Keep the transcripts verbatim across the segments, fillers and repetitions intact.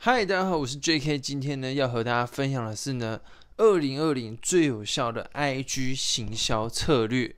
嗨，大家好，我是 J K。今天呢，要和大家分享的是呢，二零二零最有效的 I G 行销策略。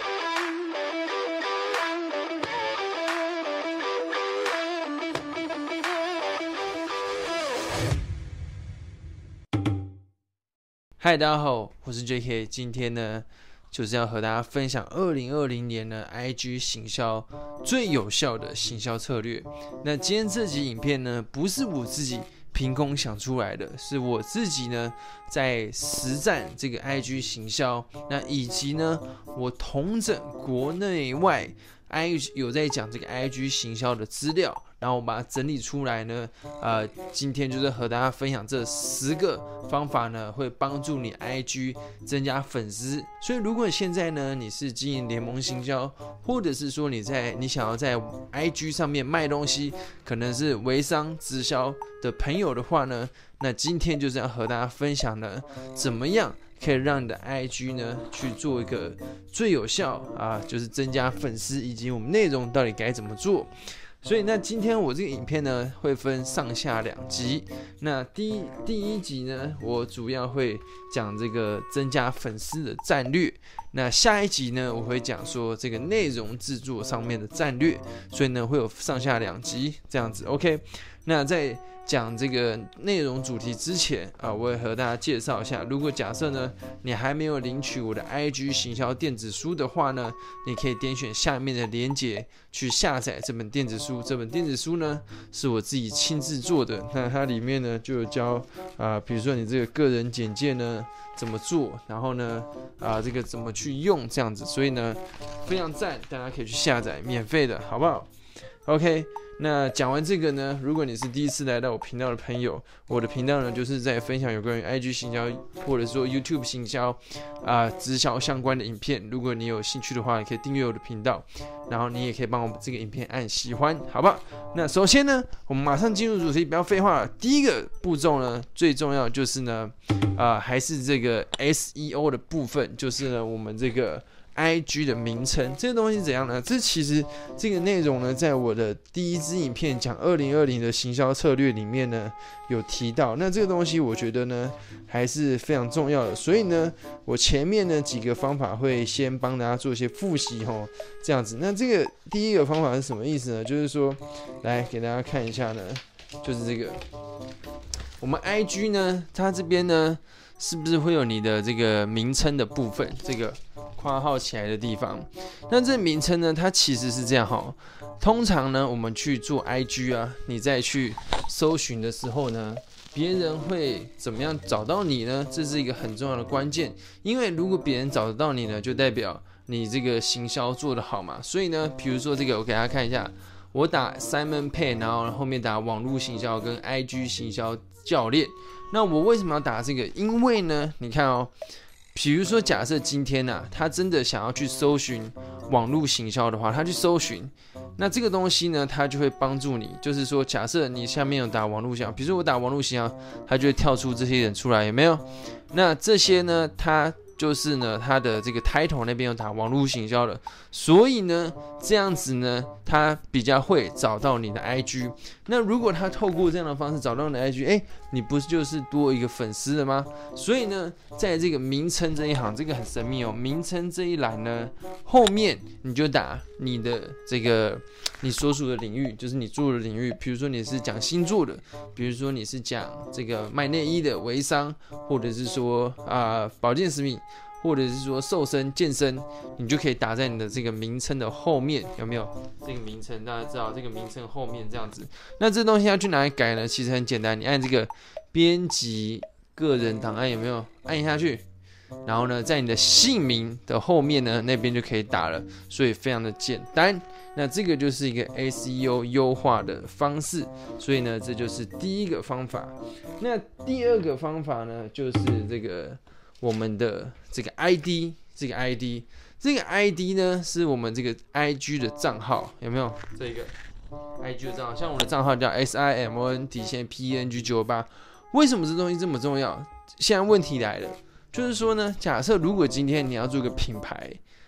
嗨，大家好，我是 J K。今天呢，就是要和大家分享二零二零年呢 I G 行销最有效的行销策略。那今天这集影片呢，不是我自己凭空想出来的，是我自己呢在实战这个 I G 行销，那以及呢我统整国内外 I G 有在讲这个 I G 行销的资料，然后我把它整理出来呢，呃，今天就是和大家分享这十个方法呢，会帮助你 I G 增加粉丝。所以，如果现在呢你是经营联盟行销，或者是说你在你想要在 I G 上面卖东西，可能是微商直销的朋友的话呢，那今天就是要和大家分享呢，怎么样可以让你的 I G 呢去做一个最有效啊，就是增加粉丝，以及我们内容到底该怎么做。所以那今天我这个影片呢会分上下两集。那第一第一集呢，我主要会讲这个增加粉丝的战略。那下一集呢，我会讲说这个内容制作上面的战略。所以呢，会有上下两集这样子。OK， 那在讲这个内容主题之前啊，我也和大家介绍一下，如果假设呢你还没有领取我的 I G 行销电子书的话呢，你可以点选下面的连结去下载这本电子书。这本电子书呢是我自己亲自做的，那它里面呢就有教啊、呃，比如说你这个个人简介呢怎么做，然后呢啊、呃、这个怎么去用这样子，所以呢非常赞，大家可以去下载，免费的，好不好？OK， 那讲完这个呢，如果你是第一次来到我频道的朋友，我的频道呢就是在分享有关于 I G 行销或者说 YouTube 行销啊、呃、直销相关的影片。如果你有兴趣的话，你可以订阅我的频道，然后你也可以帮我这个影片按喜欢，好不好？那首先呢，我们马上进入主题，不要废话了。第一个步骤呢，最重要就是呢，啊、呃、还是这个 S E O 的部分，就是呢我们这个I G 的名称，这个东西怎样呢？这其实这个内容呢，在我的第一支影片讲二零二零的行销策略里面呢有提到。那这个东西我觉得呢还是非常重要的，所以呢，我前面呢几个方法会先帮大家做一些复习吼，这样子。那这个第一个方法是什么意思呢？就是说，来给大家看一下呢，就是这个我们 I G 呢，它这边呢是不是会有你的这个名称的部分？这个括号起来的地方，那这名称呢，它其实是这样哈。通常呢，我们去做 I G 啊，你再去搜寻的时候呢，别人会怎么样找到你呢？这是一个很重要的关键，因为如果别人找得到你呢，就代表你这个行销做得好嘛。所以呢，比如说这个，我给大家看一下，我打 Simon Pei， 然后后面打网络行销跟 I G 行销教练。那我为什么要打这个？因为呢，你看哦。比如说，假设今天啊，他真的想要去搜寻网络行销的话，他去搜寻，那这个东西呢，它就会帮助你。就是说，假设你下面有打网络行销，比如说我打网络行销，它就会跳出这些人出来，有没有？那这些呢，它就是呢，它的这个 title 那边有打网络行销的，所以呢，这样子呢，他比较会找到你的 I G。那如果他透过这样的方式找到你的 I G， 哎，你不是就是多一个粉丝了吗？所以呢，在这个名称这一行，这个很神秘哦。名称这一栏呢，后面你就打你的这个你所属的领域，就是你做的领域。比如说你是讲星座的，比如说你是讲这个卖内衣的微商，或者是说啊、呃、保健食品。或者是说瘦身健身，你就可以打在你的这个名称的后面，有没有？这个名称大家知道，这个名称后面这样子。那这东西要去哪里改呢？其实很简单，你按这个编辑个人档案，有没有？按下去，然后呢，在你的姓名的后面呢，那边就可以打了，所以非常的简单。那这个就是一个 S E O 优化的方式，所以呢，这就是第一个方法。那第二个方法呢，就是这个。我们的这个 I D， 这个 I D， 这个 I D 呢是我们这个 I G 的账号，有没有？这个 I G 的账号，像我的账号叫 S I M O N 底线 P E N G 九八。为什么这东西这么重要？现在问题来了，就是说呢，假设如果今天你要做一个品牌，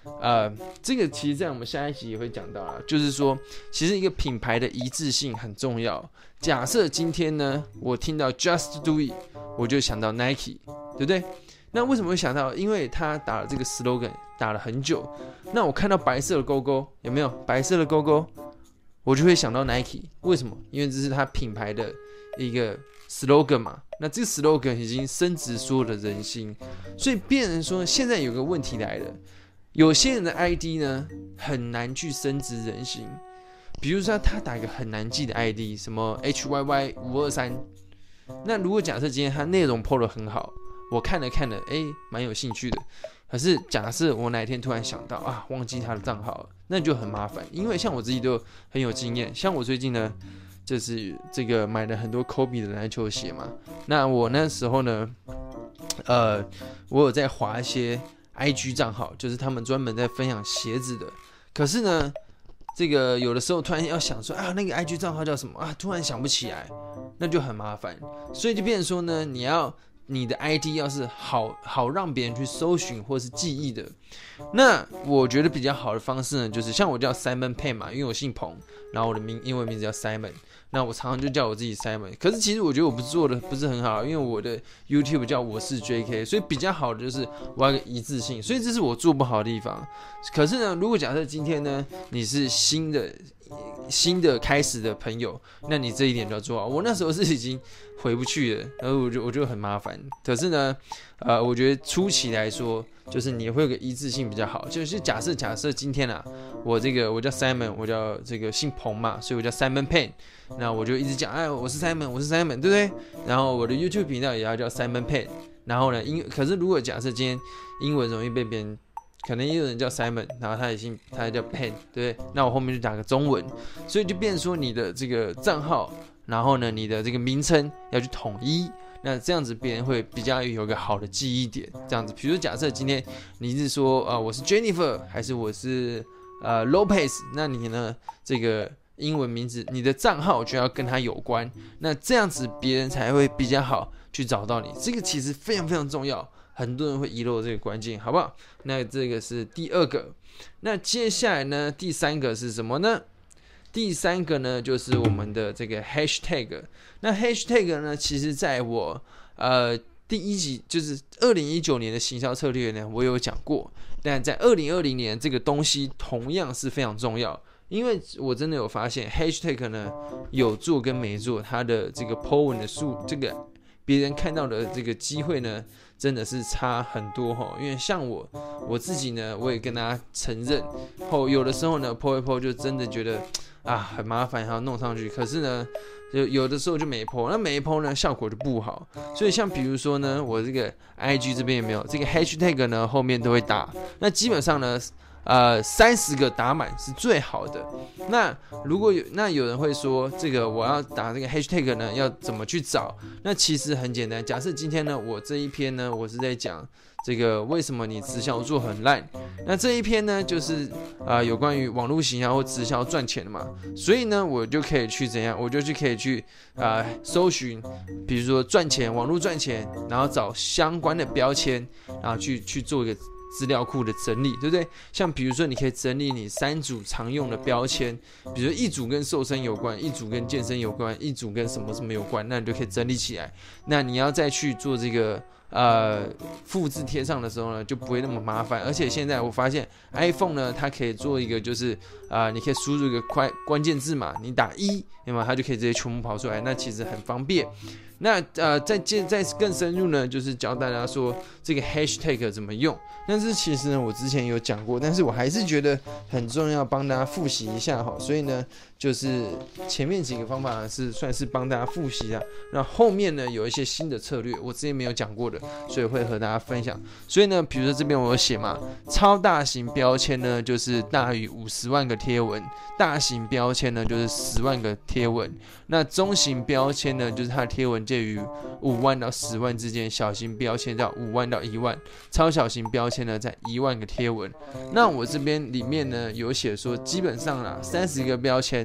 呃，这个其实在我们下一集也会讲到啦，就是说，其实一个品牌的一致性很重要。假设今天呢，我听到 Just Do It， 我就想到 Nike， 对不对？那为什么会想到？因为他打了这个 slogan 打了很久。那我看到白色的勾勾，有没有白色的勾勾？我就会想到 Nike。为什么？因为这是他品牌的一个 slogan 嘛。那这个 slogan 已经深植所有的人心，所以变成说，现在有个问题来了，有些人的 I D 呢很难去深植人心。比如说他打一个很难记的 I D， 什么 H Y Y 五二三。那如果假设今天他内容 po 得很好，我看了看了，哎，蛮有兴趣的。可是假设我哪一天突然想到啊，忘记他的账号了，那就很麻烦。因为像我自己都很有经验，像我最近呢，就是这个买了很多 Kobe 的篮球鞋嘛。那我那时候呢，呃，我有在滑一些 I G 账号，就是他们专门在分享鞋子的。可是呢，这个有的时候突然要想说啊，那个 I G 账号叫什么啊，突然想不起来，那就很麻烦。所以就变成说呢，你要。你的 I D 要是好好让别人去搜寻或是记忆的，那我觉得比较好的方式呢，就是像我叫 Simon Payne 嘛，因为我姓彭，然后我的名英文名字叫 Simon， 那我常常就叫我自己 Simon。可是其实我觉得我不是做的不是很好，因为我的 YouTube 叫我是 J K， 所以比较好的就是我要有个一致性，所以这是我做不好的地方。可是呢，如果假设今天呢你是新的。新的开始的朋友，那你这一点就要做好。我那时候是已经回不去了，然后我就我就很麻烦。可是呢，呃，我觉得初期来说，就是你会有个一致性比较好。就是假设假设今天啊，我这个我叫 Simon， 我叫这个姓彭嘛，所以我叫 Simon Payne。那我就一直讲，哎，我是 Simon， 我是 Simon， 对不对？然后我的 YouTube 频道也要叫 Simon Payne。然后呢，英可是如果假设今天英文容易被别人。可能也有人叫 Simon， 然后他也姓，他也叫 Pen， 对不对？那我后面就打个中文，所以就变成说你的这个账号，然后呢，你的这个名称要去统一，那这样子别人会比较有一个好的记忆点。这样子，比如假设今天你是说，呃，我是 Jennifer， 还是我是呃 Lopez， 那你呢这个英文名字，你的账号就要跟他有关，那这样子别人才会比较好去找到你。这个其实非常非常重要。很多人会遗漏这个关键，好不好？那这个是第二个。那接下来呢，第三个是什么呢？第三个呢，就是我们的这个 hashtag。那 hashtag 呢，其实在我呃第一集，就是二零一九年的行销策略呢，我有讲过。但在二零二零年，这个东西同样是非常重要，因为我真的有发现 hashtag 呢有做跟没做，它的这个 po 文的数，这个别人看到的这个机会呢。真的是差很多齁，因为像我我自己呢，我也跟大家承认，后有的时候呢 po 一 po 就真的觉得啊很麻烦，还要弄上去。可是呢，就有的时候就没 po， 那没 po 呢效果就不好。所以像比如说呢，我这个 I G 这边有没有这个 hashtag 呢？后面都会打，那基本上呢。呃，三十个打满是最好的。那如果有那有人会说，这个我要打这个 hashtag 呢，要怎么去找？那其实很简单。假设今天呢，我这一篇呢，我是在讲这个为什么你直销做很烂。那这一篇呢，就是啊、呃、有关于网络行销或直销赚钱的嘛。所以呢，我就可以去怎样？我就去可以去啊、呃、搜寻，比如说赚钱，网络赚钱，然后找相关的标签，然后去去做一个。资料库的整理，对不对？像比如说，你可以整理你三组常用的标签，比如说一组跟瘦身有关，一组跟健身有关，一组跟什么什么有关，那你就可以整理起来。那你要再去做这个呃复制贴上的时候呢，就不会那么麻烦。而且现在我发现 iPhone 呢，它可以做一个就是啊、呃，你可以输入一个关关键字嘛，你打一，对吗？它就可以直接全部跑出来，那其实很方便。那呃，再接再更深入呢，就是教大家说这个 hashtag 怎么用。但是其实呢，我之前有讲过，但是我还是觉得很重要，帮大家复习一下哈。所以呢，就是前面几个方法是算是帮大家复习啊。那后面呢，有一些新的策略，我之前没有讲过的，所以会和大家分享。所以呢，比如说这边我有写嘛，超大型标签呢，就是大于五十万个贴文；大型标签呢，就是十万个贴文；那中型标签呢，就是它的贴文介于五万到十万之间，小型标签到五万到一万，超小型标签呢在一万个贴文。那我这边里面呢有写说，基本上啦，三十个标签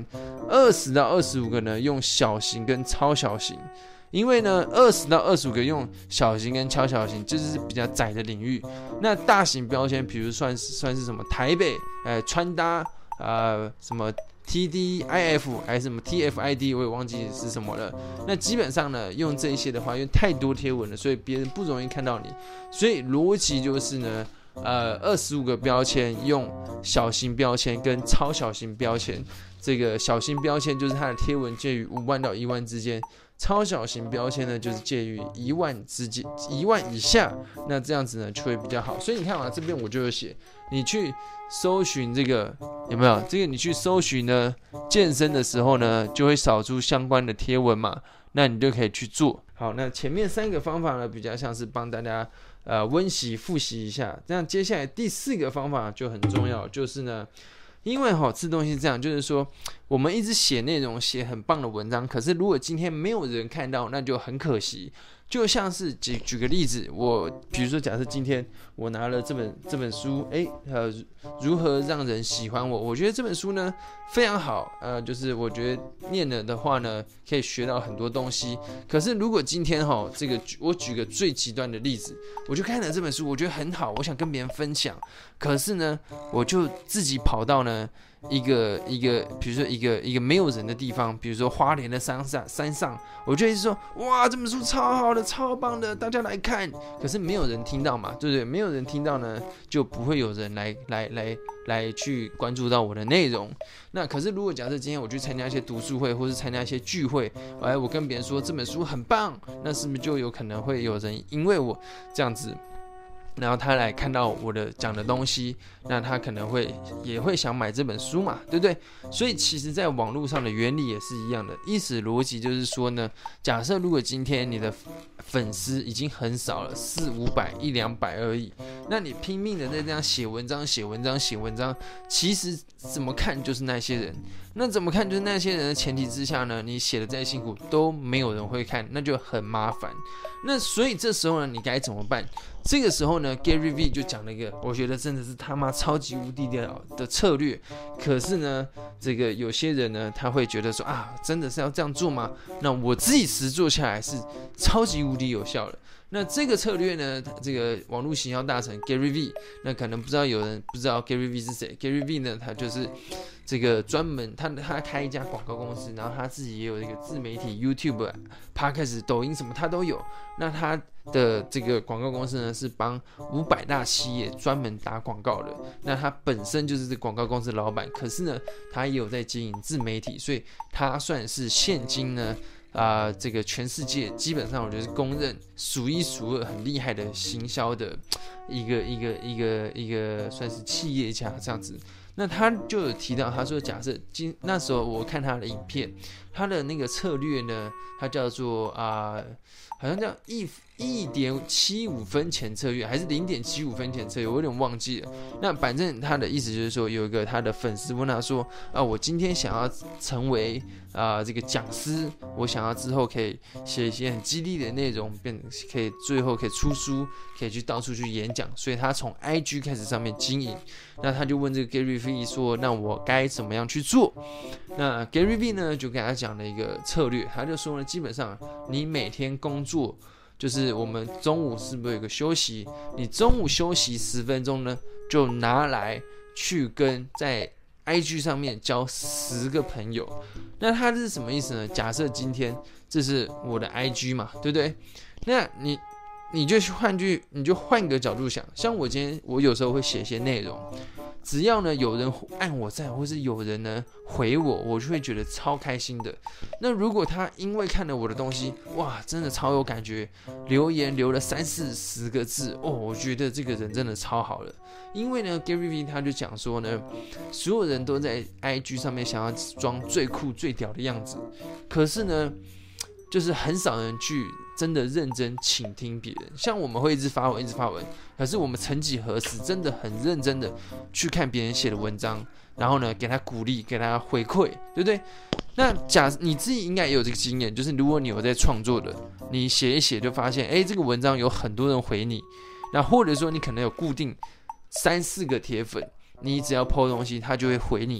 二十到二十五个呢用小型跟超小型。因为呢，二十到二十五个用小型跟超小型，就是比较窄的领域。那大型标签，比如算是算是什么台北，呃，穿搭，呃，什么 T D I F 还是什么 T F I D， 我也忘记是什么了。那基本上呢，用这一些的话，因为太多贴文了，所以别人不容易看到你。所以逻辑就是呢，呃，二十五个标签用小型标签跟超小型标签。这个小型标签就是它的贴文介于五万到一万之间。超小型标签呢，就是介于一万之间，一万以下，那这样子呢就会比较好。所以你看啊，这边我就有写，你去搜寻这个有没有？这个你去搜寻呢，健身的时候呢，就会扫出相关的贴文嘛，那你就可以去做。好，那前面三个方法呢，比较像是帮大家呃温习复习一下。这样接下来第四个方法就很重要，就是呢。因为哈，这东西是这样，就是说，我们一直写内容，写很棒的文章，可是如果今天没有人看到，那就很可惜。就像是举举个例子，我比如说，假设今天我拿了这本这本书，哎，呃，如何让人喜欢我？我觉得这本书呢非常好，呃，就是我觉得念了的话呢，可以学到很多东西。可是如果今天哈，这个我举个最极端的例子，我就看了这本书，我觉得很好，我想跟别人分享，可是呢，我就自己跑到呢。一个一个，比如说一个一个没有人的地方，比如说花莲的山上，山上，我就一直说，哇，这本书超好的，超棒的，大家来看。可是没有人听到嘛，对不对？没有人听到呢，就不会有人来来来来去关注到我的内容。那可是如果假设今天我去参加一些读书会，或是参加一些聚会，哎，我跟别人说这本书很棒，那是不是就有可能会有人因为我这样子？然后他来看到我的讲的东西，那他可能会也会想买这本书嘛，对不对？所以其实在网络上的原理也是一样的，意思逻辑就是说呢，假设如果今天你的粉丝已经很少了，四五百一两百而已，那你拼命的在这样写文章写文章写文章，其实怎么看就是那些人，那怎么看就是那些人的前提之下呢，你写的再辛苦都没有人会看，那就很麻烦。那所以这时候呢，你该怎么办？这个时候呢 ，Gary V 就讲了一个，我觉得真的是他妈超级无敌的的策略。可是呢，这个有些人呢，他会觉得说啊，真的是要这样做吗？那我自己实做下来是超级无敌有效的。那这个策略呢，这个网络行销大神 Gary V， 那可能不知道有人不知道 Gary V 是谁 ？Gary V 呢，他就是这个专门他他开一家广告公司，然后他自己也有这个自媒体 YouTube、Podcast、抖音什么他都有。那他的这个广告公司呢，是帮五百大企业专门打广告的。那他本身就是这个广告公司的老板，可是呢，他也有在经营自媒体，所以他算是现今呢。啊、呃，这个全世界基本上我觉得是公认数一数二很厉害的行销的一个一个一个一个算是企业家这样子。那他就有提到，他说假设今那时候我看他的影片，他的那个策略呢，他叫做啊、呃，好像叫一一点七五分钱策略，还是零点七五分钱策略，我有点忘记了。那反正他的意思就是说，有一个他的粉丝问他说啊，我今天想要成为啊、呃、这个讲师，我想要之后可以写一些很激励的内容，变可以最后可以出书，可以去到处去演讲，所以他从 I G 开始上面经营。那他就问这个 Gary V 说，那我该怎么样去做？那 Gary V 呢就跟他讲了一个策略，他就说呢，基本上你每天工作。就是我们中午是不是有个休息？你中午休息十分钟呢，就拿来去跟在 I G 上面交十个朋友。那他这是什么意思呢？假设今天这是我的 I G 嘛，对不对？那你你就换句，你就换个角度想，像我今天我有时候会写一些内容。只要呢有人按我赞，或是有人呢回我，我就会觉得超开心的。那如果他因为看了我的东西，哇，真的超有感觉，留言留了三四十个字，哦，我觉得这个人真的超好了。因为呢 ，Gary V 他就讲说呢，所有人都在 I G 上面想要装最酷最屌的样子，可是呢，就是很少人去真的认真倾听别人。像我们会一直发文一直发文，可是我们曾几何时真的很认真的去看别人写的文章，然后呢给他鼓励，给他回馈，对不对？那假你自己应该也有这个经验，就是如果你有在创作的，你写一写就发现，哎，这个文章有很多人回你，那或者说你可能有固定三四个铁粉，你只要 po 东西，他就会回你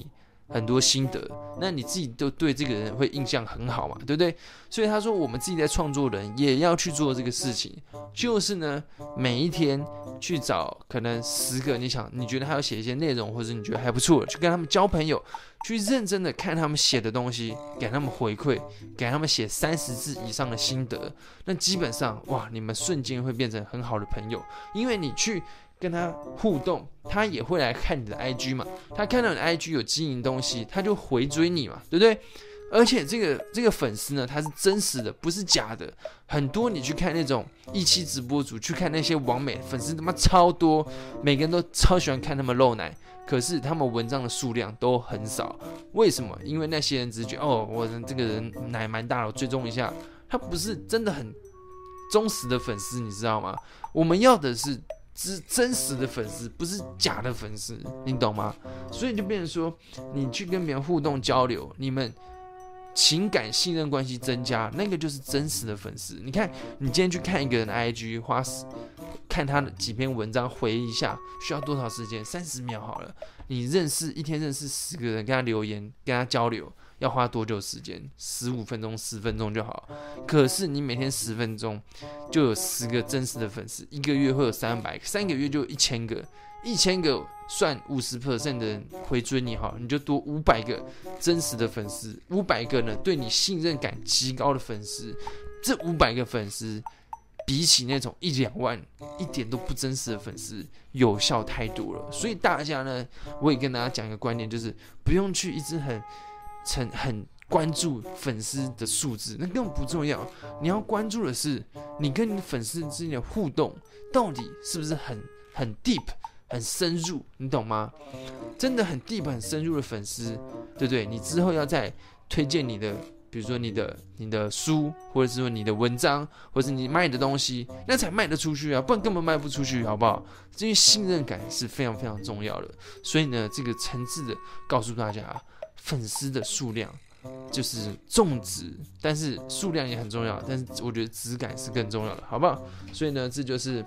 很多心得，那你自己都对这个人会印象很好嘛，对不对？所以他说，我们自己在创作人也要去做这个事情，就是呢，每一天去找可能十个你想你觉得他要写一些内容，或者你觉得还不错，去跟他们交朋友，去认真的看他们写的东西，给他们回馈，给他们写三十字以上的心得，那基本上哇，你们瞬间会变成很好的朋友，因为你去跟他互动，他也会来看你的 I G 嘛，他看到你的 I G 有经营东西，他就回追你嘛，对不对？而且这个这个粉丝呢，他是真实的，不是假的。很多你去看那种一期直播主，去看那些网美粉丝他妈超多，每个人都超喜欢看他们露奶，可是他们文章的数量都很少。为什么？因为那些人只是觉得哦，我这个人奶蛮大了，我追踪一下，他不是真的很忠实的粉丝，你知道吗？我们要的是真实的粉丝，不是假的粉丝，你懂吗？所以就变成说，你去跟别人互动交流，你们情感信任关系增加，那个就是真实的粉丝。你看，你今天去看一个人的 I G， 花看他的几篇文章，回一下，需要多少时间？三十秒好了。你认识一天认识十个人，跟他留言，跟他交流，要花多久时间？十五分钟、十分钟就好。可是你每天十分钟，就有十个真实的粉丝，一个月会有三百，三个月就有一千个。一千个算 百分之五十 的人回追你好，你就多五百个真实的粉丝，五百个呢对你信任感极高的粉丝，这五百个粉丝比起那种一两万一点都不真实的粉丝有效太多了。所以大家呢，我也跟大家讲一个观念，就是不用去一直很很很关注粉丝的数字，那根本不重要。你要关注的是你跟你的粉丝之间的互动到底是不是很很 deep。很深入，你懂吗？真的很 deep 很深入的粉丝，对不对？你之后要再推荐你的，比如说你的你的书，或者是说你的文章，或者是你卖的东西，那才卖得出去啊，不然根本卖不出去，好不好？因为信任感是非常非常重要的。所以呢，这个诚挚的告诉大家，粉丝的数量就是重质，但是数量也很重要，但是我觉得质感是更重要的，好不好？所以呢，这就是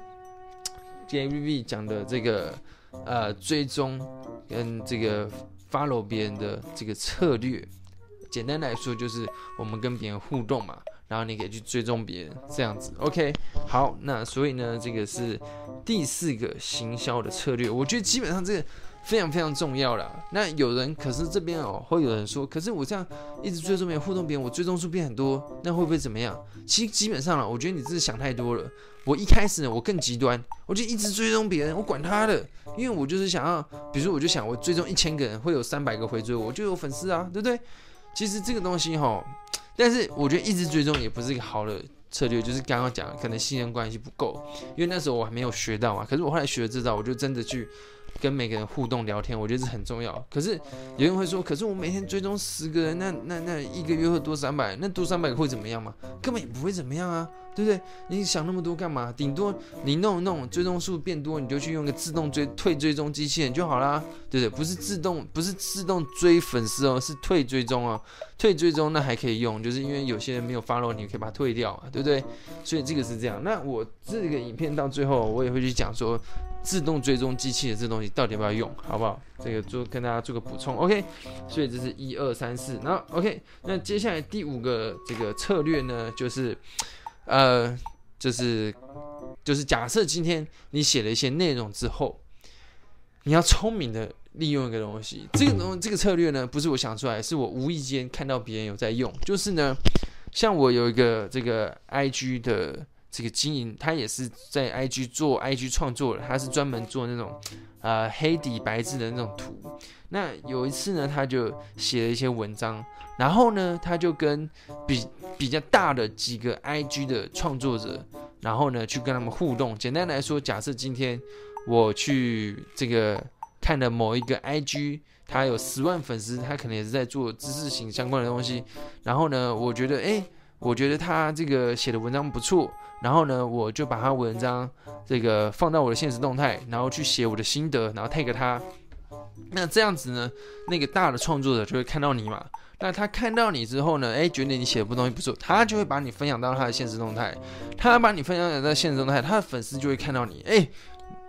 Gary V 讲的这个呃追踪跟这个 follow 别人的这个策略，简单来说就是我们跟别人互动嘛，然后你可以去追踪别人这样子。OK， 好，那所以呢，这个是第四个行销的策略，我觉得基本上这个非常非常重要啦。那有人可是这边哦，会有人说，可是我这样一直追踪别人、互动别人，我追踪数变很多，那会不会怎么样？其实基本上啦，我觉得你真是想太多了。我一开始呢，我更极端，我就一直追踪别人，我管他的，因为我就是想要，比如说我就想，我追踪一千个人，会有三百个回追我，我就有粉丝啊，对不对？其实这个东西哈，但是我觉得一直追踪也不是一个好的策略，就是刚刚讲，可能信任关系不够，因为那时候我还没有学到嘛。可是我后来学了这招，我就真的去跟每个人互动聊天，我觉得这很重要。可是有人会说，可是我每天追踪十个人，那那那一个月会多三百，那多三百个会怎么样吗？根本也不会怎么样啊，对不对？你想那么多干嘛？顶多你弄一弄追踪数变多，你就去用个自动追退追踪机器人就好啦，对不对？不是自动不是自动追粉丝哦，是退追踪哦。退追踪那还可以用，就是因为有些人没有 follow 你，可以把它退掉嘛，对不对？所以这个是这样。那我这个影片到最后，我也会去讲说，自动追踪机器的这东西到底要不要用，好不好？这个做跟大家做个补充 ，OK？ 所以这是一二三四，然后 OK， 那接下来第五个这个策略呢，就是呃，就是就是假设今天你写了一些内容之后，你要聪明的利用一个东西，这个东这个策略呢，不是我想出来，是我无意间看到别人有在用，就是呢，像我有一个这个 I G 的。这个经营，他也是在 I G 做 I G 创作的，他是专门做那种呃黑底白字的那种图。那有一次呢，他就写了一些文章，然后呢，他就跟比比较大的几个 I G 的创作者，然后呢去跟他们互动。简单来说，假设今天我去这个看了某一个 I G。他有十万粉丝，他可能也是在做知识型相关的东西。然后呢，我觉得，哎，我觉得他这个写的文章不错。然后呢，我就把他文章这个放到我的限时动态，然后去写我的心得，然后 tag 他。那这样子呢，那个大的创作者就会看到你嘛。那他看到你之后呢，哎，觉得你写的东西不错，他就会把你分享到他的限时动态。他把你分享到限时动态，他的粉丝就会看到你，哎。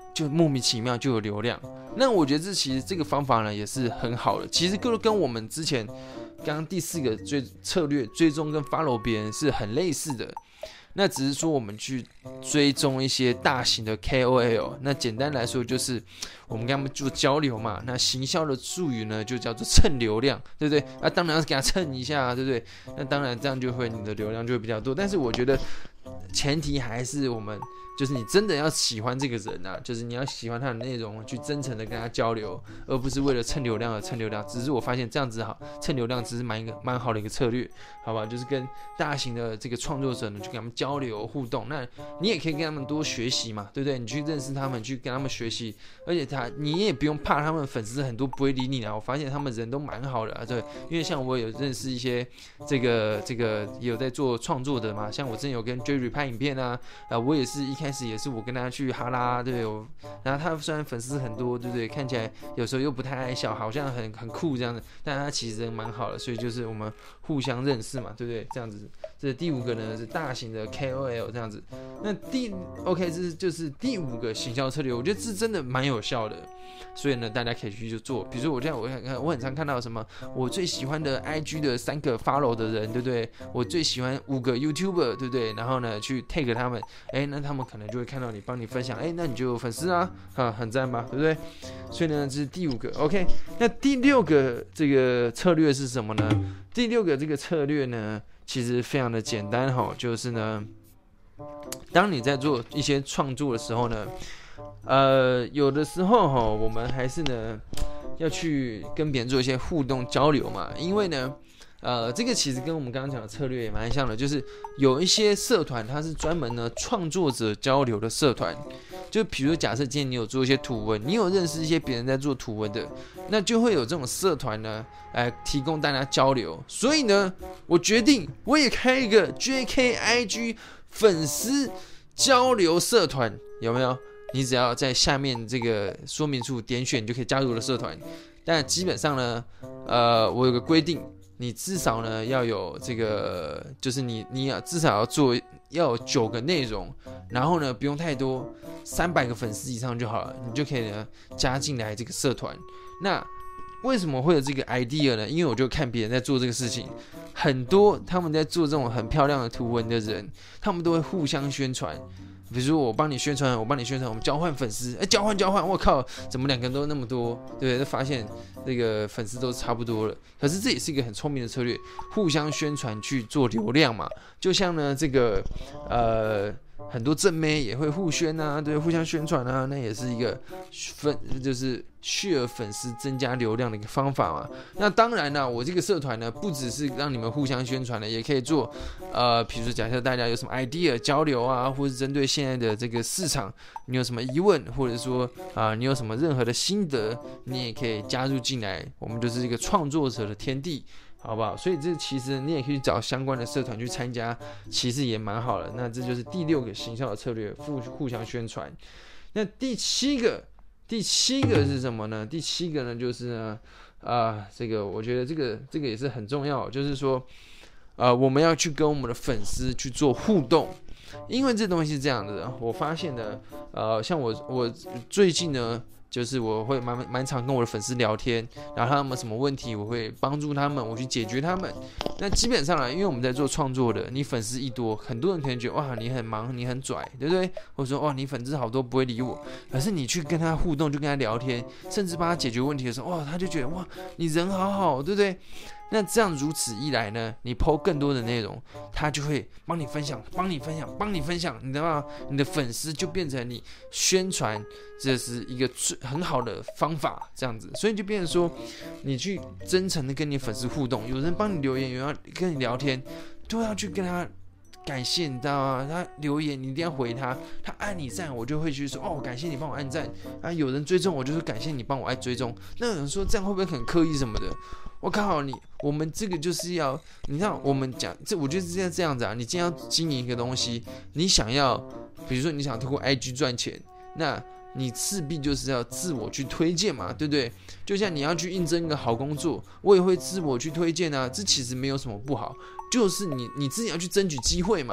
就莫名其妙就有流量。那我觉得这其实这个方法呢也是很好的，其实跟跟我们之前刚刚第四个追策略追踪跟 follow 别人是很类似的。那只是说我们去追踪一些大型的 K O L， 那简单来说就是我们跟他们做交流嘛。那行销的术语呢就叫做蹭流量，对不对？啊，当然要给他蹭一下，对不对？那当然这样就会你的流量就会比较多，但是我觉得前提还是我们就是你真的要喜欢这个人啊，就是你要喜欢他的内容，去真诚的跟他交流，而不是为了蹭流量而蹭流量。只是我发现这样子好，蹭流量只是蛮一个蛮好的一个策略，好吧？就是跟大型的这个创作者呢，去跟他们交流互动。那你也可以跟他们多学习嘛，对不对？你去认识他们，去跟他们学习，而且他你也不用怕他们粉丝很多不会理你啊。我发现他们人都蛮好的啊，对，因为像我有认识一些这个这个也有在做创作的嘛，像我之前有跟 Jerry 拍影片啊，啊，我也是一开始也是我跟他去哈拉，对，我，然后他虽然粉丝很多，对不对？看起来有时候又不太爱笑，好像很很酷这样子，但他其实人蛮好的，所以就是我们互相认识嘛，对不对？这样子，这第五个呢是大型的 K O L 这样子。那第 OK 这是就是第五个行销策略，我觉得这真的蛮有效的，所以呢大家可以去做。比如说我这样，我很我很常看到什么，我最喜欢的 I G 的三个 follow 的人，对不对？我最喜欢五个 YouTuber， 对不对？然后呢去 tag 他们，哎，那他们可能就会看到你，帮你分享，哎，那你就有粉丝啊，啊，很赞吧，对不对？所以呢这是第五个 OK。那第六个这个策略是什么呢？第六个这个策略呢其实非常的简单哈，就是呢，当你在做一些创作的时候呢，呃，有的时候哈，我们还是呢要去跟别人做一些互动交流嘛，因为呢，呃，这个其实跟我们刚刚讲的策略也蛮像的，就是有一些社团它是专门呢创作者交流的社团。就比如假设今天你有做一些图文，你有认识一些别人在做图文的，那就会有这种社团呢，来提供大家交流。所以呢，我决定我也开一个 J K I G 粉丝交流社团，有没有？你只要在下面这个说明处点选，你就可以加入我的社团。但基本上呢，呃，我有个规定，你至少呢要有这个，就是你你要至少要做要有九个内容，然后呢不用太多，三百个粉丝以上就好了，你就可以呢加进来这个社团。那为什么会有这个 idea 呢？因为我就看别人在做这个事情，很多他们在做这种很漂亮的图文的人，他们都会互相宣传。比如说我帮你宣传，我帮你宣传，我们交换粉丝，哎，交换交换，我靠，怎么两个人都那么多，对不对？就发现这个粉丝都差不多了。可是这也是一个很聪明的策略，互相宣传去做流量嘛。就像呢，这个呃，很多正妹也会互宣啊，对，互相宣传啊，那也是一个粉，就是 share 粉丝增加流量的一个方法嘛。那当然呢，我这个社团呢，不只是让你们互相宣传的，也可以做呃，比如说假设大家有什么 idea 交流啊，或是针对现在的这个市场，你有什么疑问，或者说啊、呃，你有什么任何的心得，你也可以加入进来。我们就是一个创作者的天地。好不好？所以这其实你也可以找相关的社团去参加，其实也蛮好的。那这就是第六个行销的策略，互互相宣传。那第七个，第七个是什么呢？第七个呢，就是呢，啊、呃，这个我觉得这个这个也是很重要，就是说，呃，我们要去跟我们的粉丝去做互动，因为这东西是这样的。我发现呢，呃，像我我最近呢。就是我会蛮蛮常跟我的粉丝聊天，然后他们有什么问题，我会帮助他们，我去解决他们。那基本上呢，因为我们在做创作的，你粉丝一多，很多人可能觉得哇，你很忙，你很拽，对不对？或者说哇，你粉丝好多不会理我。可是你去跟他互动，就跟他聊天，甚至帮他解决问题的时候，哇，他就觉得哇，你人好好，对不对？那这样如此一来呢，你 po 更多的内容，他就会帮你分享，帮你分享，帮你分享，你知道吗？你的粉丝就变成你宣传，这是一个很好的方法，这样子，所以就变成说，你去真诚的跟你粉丝互动，有人帮你留言，有人要跟你聊天，都要去跟他感谢，你知道吗？他留言你一定要回他，他按你赞，我就会去说哦，感谢你帮我按赞啊。有人追踪我，就是感谢你帮我按追踪。那有人说这样会不会很刻意什么的？我靠你，我们这个就是要，你知道，我们讲这，我觉得是这样子啊。你今天要经营一个东西，你想要，比如说你想通过 I G 赚钱，那你势必就是要自我去推荐嘛，对不对？就像你要去应征一个好工作，我也会自我去推荐啊，这其实没有什么不好，就是你你自己要去争取机会嘛。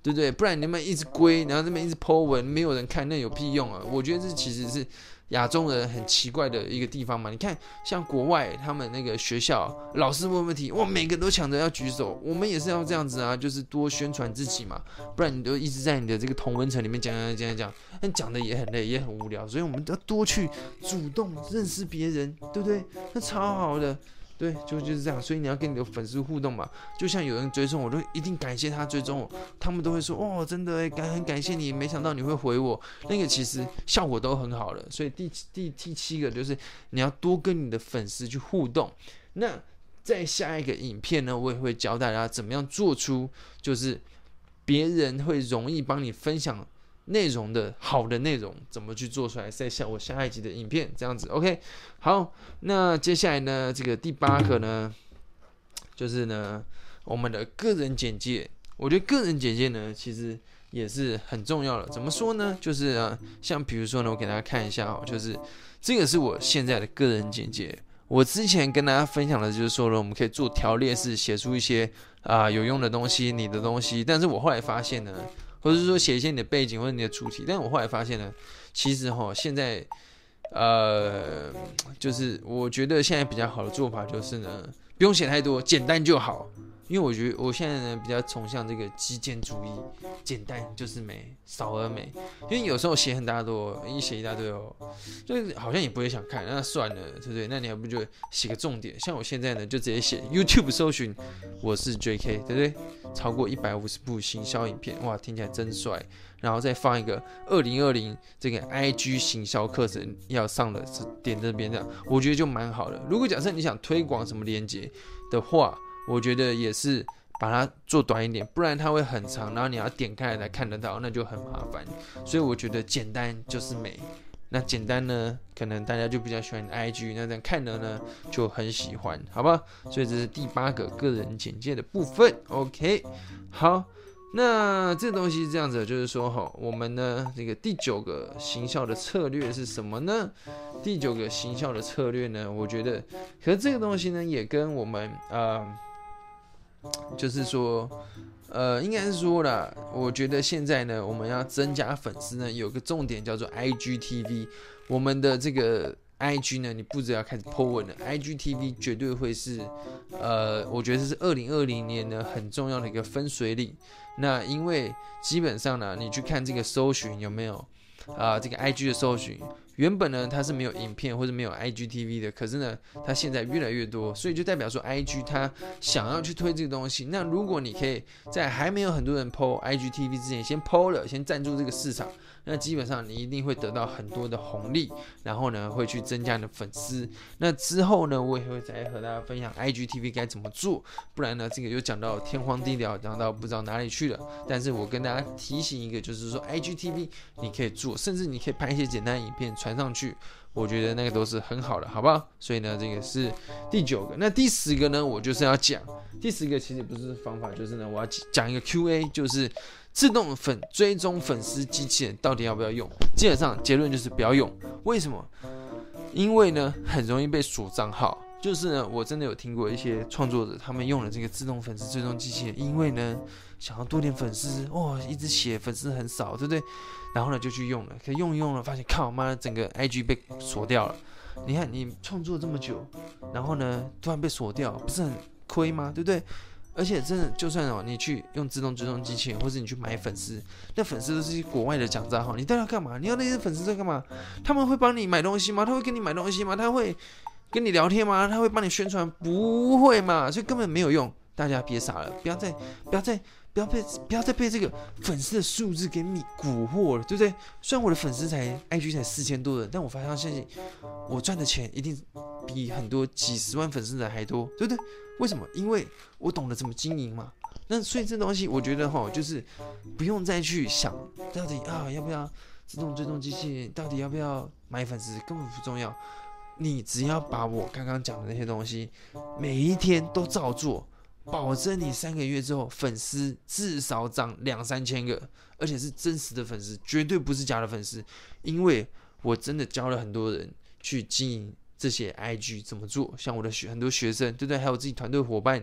对不对？不然你们一直归，然后那边一直 po 文，没有人看，那有屁用啊？我觉得这其实是亚洲人很奇怪的一个地方嘛。你看，像国外他们那个学校，老师问问题，哇，每个都抢着要举手。我们也是要这样子啊，就是多宣传自己嘛，不然你就一直在你的这个同温层里面讲讲讲讲，但讲的也很累，也很无聊。所以我们要多去主动认识别人，对不对？那超好的。对，就就是这样，所以你要跟你的粉丝互动嘛，就像有人追踪我，都一定感谢他追踪我，他们都会说哦，真的感很感谢你，没想到你会回我，那个其实效果都很好了。所以第第第七个就是你要多跟你的粉丝去互动。那在下一个影片呢，我也会教大家怎么样做出就是别人会容易帮你分享内容的好的内容怎么去做出来，在下我下一集的影片这样子 ，OK， 好，那接下来呢，这个第八个呢，就是呢我们的个人简介。我觉得个人简介呢，其实也是很重要的。怎么说呢？就是啊，像比如说呢，我给大家看一下哦，就是这个是我现在的个人简介。我之前跟大家分享的就是说呢，我们可以做条列式，写出一些啊、呃、有用的东西，你的东西。但是我后来发现呢。或者是说写一些你的背景或者你的主题，但我后来发现呢，其实哈现在，呃，就是我觉得现在比较好的做法就是呢，不用写太多，简单就好。因为我觉得我现在呢比较崇尚这个极简主义，简单就是美，少而美。因为有时候写很大多，一写一大堆哦，就是好像也不会想看，那算了，对不对？那你还不就写个重点？像我现在呢，就直接写 YouTube 搜寻我是 J K， 对不对？超过一百五十部行销影片，哇，听起来真帅。然后再放一个二零二零这个 I G 行销课程要上的，点这边这样，我觉得就蛮好的。如果假设你想推广什么连结的话，我觉得也是把它做短一点，不然它会很长，然后你要点开来才看得到，那就很麻烦。所以我觉得简单就是美。那简单呢，可能大家就比较喜欢 I G， 那这样看了呢就很喜欢，好吧？所以这是第八个个人简介的部分。OK， 好，那这东西是这样子，就是说哈，我们呢这个第九个行销的策略是什么呢？第九个行销的策略呢，我觉得，可是这个东西呢也跟我们呃。就是说，呃，应该是说啦，我觉得现在呢，我们要增加粉丝呢，有个重点叫做 I G T V。我们的这个 I G 呢，你不只要开始 po 文了 ，I G T V 绝对会是，呃，我觉得这是二零二零年呢很重要的一个分水岭。那因为基本上呢，你去看这个搜寻有没有啊、呃，这个 I G 的搜寻。原本呢，它是没有影片或者没有 I G T V 的，可是呢，它现在越来越多，所以就代表说 I G 它想要去推这个东西。那如果你可以在还没有很多人 po I G T V 之前，先 po 了，先占住这个市场，那基本上你一定会得到很多的红利，然后呢，会去增加你的粉丝。那之后呢，我也会再和大家分享 I G T V 该怎么做，不然呢，这个又讲到天荒地老，讲到不知道哪里去了。但是我跟大家提醒一个，就是说 I G T V 你可以做，甚至你可以拍一些简单的影片。传上去，我觉得那个都是很好的，好不好？所以呢，这个是第九个。那第十个呢，我就是要讲第十个，其实不是方法，就是呢，我要讲一个 Q A， 就是自动粉追踪粉丝机器人到底要不要用？基本上结论就是不要用。为什么？因为呢，很容易被锁账号。就是呢，我真的有听过一些创作者，他们用了这个自动粉丝追踪机器人，因为呢，想要多点粉丝，哦，一直写粉丝很少，对不对？然后呢就去用了，可用一用了，发现靠妈，整个 I G 被锁掉了。你看你创作这么久，然后呢突然被锁掉，不是很亏吗？对不对？而且真的，就算哦，你去用自动追踪机器人，或者你去买粉丝，那粉丝都是国外的假账号，你到底要干嘛？你要那些粉丝在干嘛？他们会帮你买东西吗？他会跟你买东西吗？他会跟你聊天吗？他会帮你宣传？不会嘛，所以根本没有用。大家别傻了，不要再不要再不要被不要再被这个粉丝的数字给迷蛊惑了，对不对？虽然我的粉丝才 I G 才四千多人，但我发现我赚的钱一定比很多几十万粉丝的还多，对不对？为什么？因为我懂得怎么经营嘛。那所以这东西我觉得哈，就是不用再去想到底啊要不要自动追踪机器人，到底要不要买粉丝，根本不重要。你只要把我刚刚讲的那些东西，每一天都照做。保证你三个月之后粉丝至少涨两三千个，而且是真实的粉丝，绝对不是假的粉丝。因为我真的教了很多人去经营这些 I G 怎么做，像我的学很多学生，对不对？还有自己团队伙伴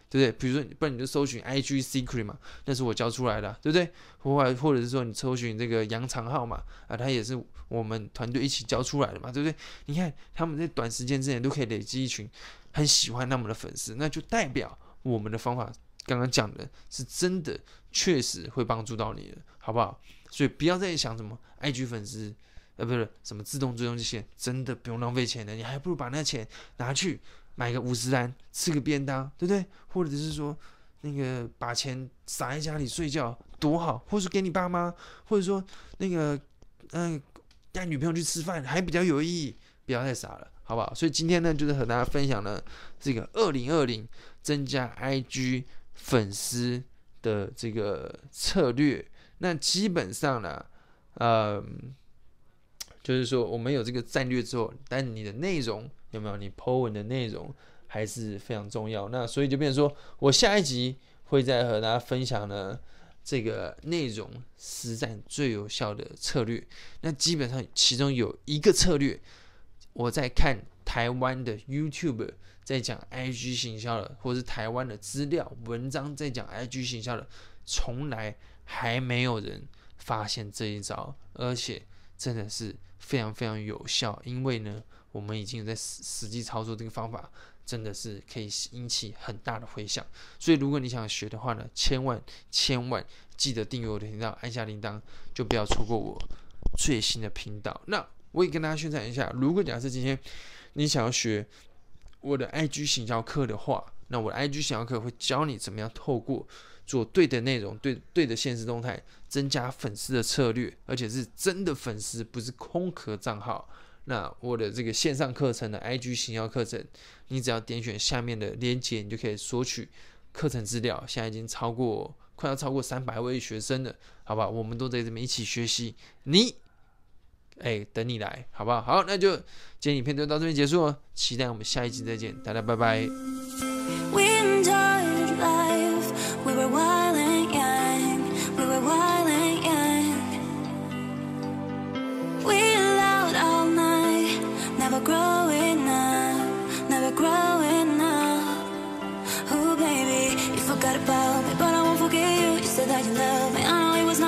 对不对？比如说，不然你就搜寻 I G Secret 嘛，那是我教出来的，对不对？或或者是说你搜寻这个杨长浩嘛，啊，他也是我们团队一起教出来的嘛，对不对？你看他们在短时间之内都可以累积一群很喜欢他们的粉丝，那就代表我们的方法刚刚讲的是真的，确实会帮助到你的，好不好？所以不要再想什么 I G 粉丝，呃，不是什么自动追踪这些，真的不用浪费钱的，你还不如把那钱拿去买个五十单，吃个便当，对不对？或者是说那个把钱撒在家里睡觉，多好，或者给你爸妈，或者说那个嗯、呃、带女朋友去吃饭，还比较有意义，不要太傻了，好不好？所以今天呢，就是和大家分享了这个二零二零增加 I G 粉丝的这个策略。那基本上呢，呃，就是说我们有这个战略之后，但你的内容有没有？你 po 文的内容还是非常重要。那所以就变成说我下一集会再和大家分享呢这个内容实战最有效的策略。那基本上其中有一个策略，我在看台湾的 YouTube 在讲 I G 行销的，或是台湾的资料文章在讲 I G 行销的，从来还没有人发现这一招，而且真的是非常非常有效。因为呢，我们已经在实际操作这个方法，真的是可以引起很大的回响。所以如果你想学的话呢，千万千万记得订阅我的频道，按下铃铛，就不要错过我最新的频道。那我也跟大家宣传一下，如果假设今天你想要学我的 I G 行销课的话，那我的 I G 行销课会教你怎么样透过做对的内容、对对的现实动态，增加粉丝的策略，而且是真的粉丝，不是空壳账号。那我的这个线上课程的 I G 行销课程，你只要点选下面的链接，你就可以索取课程资料。现在已经超过快要超过三百位学生了，好吧？我们都在这边一起学习，你。哎，等你来，好不好？好，那就今天影片就到这边结束了，期待我们下一集再见，大家拜拜。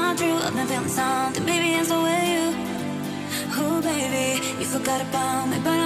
Something, baby, and so will you. Oh, baby, you forgot about me, but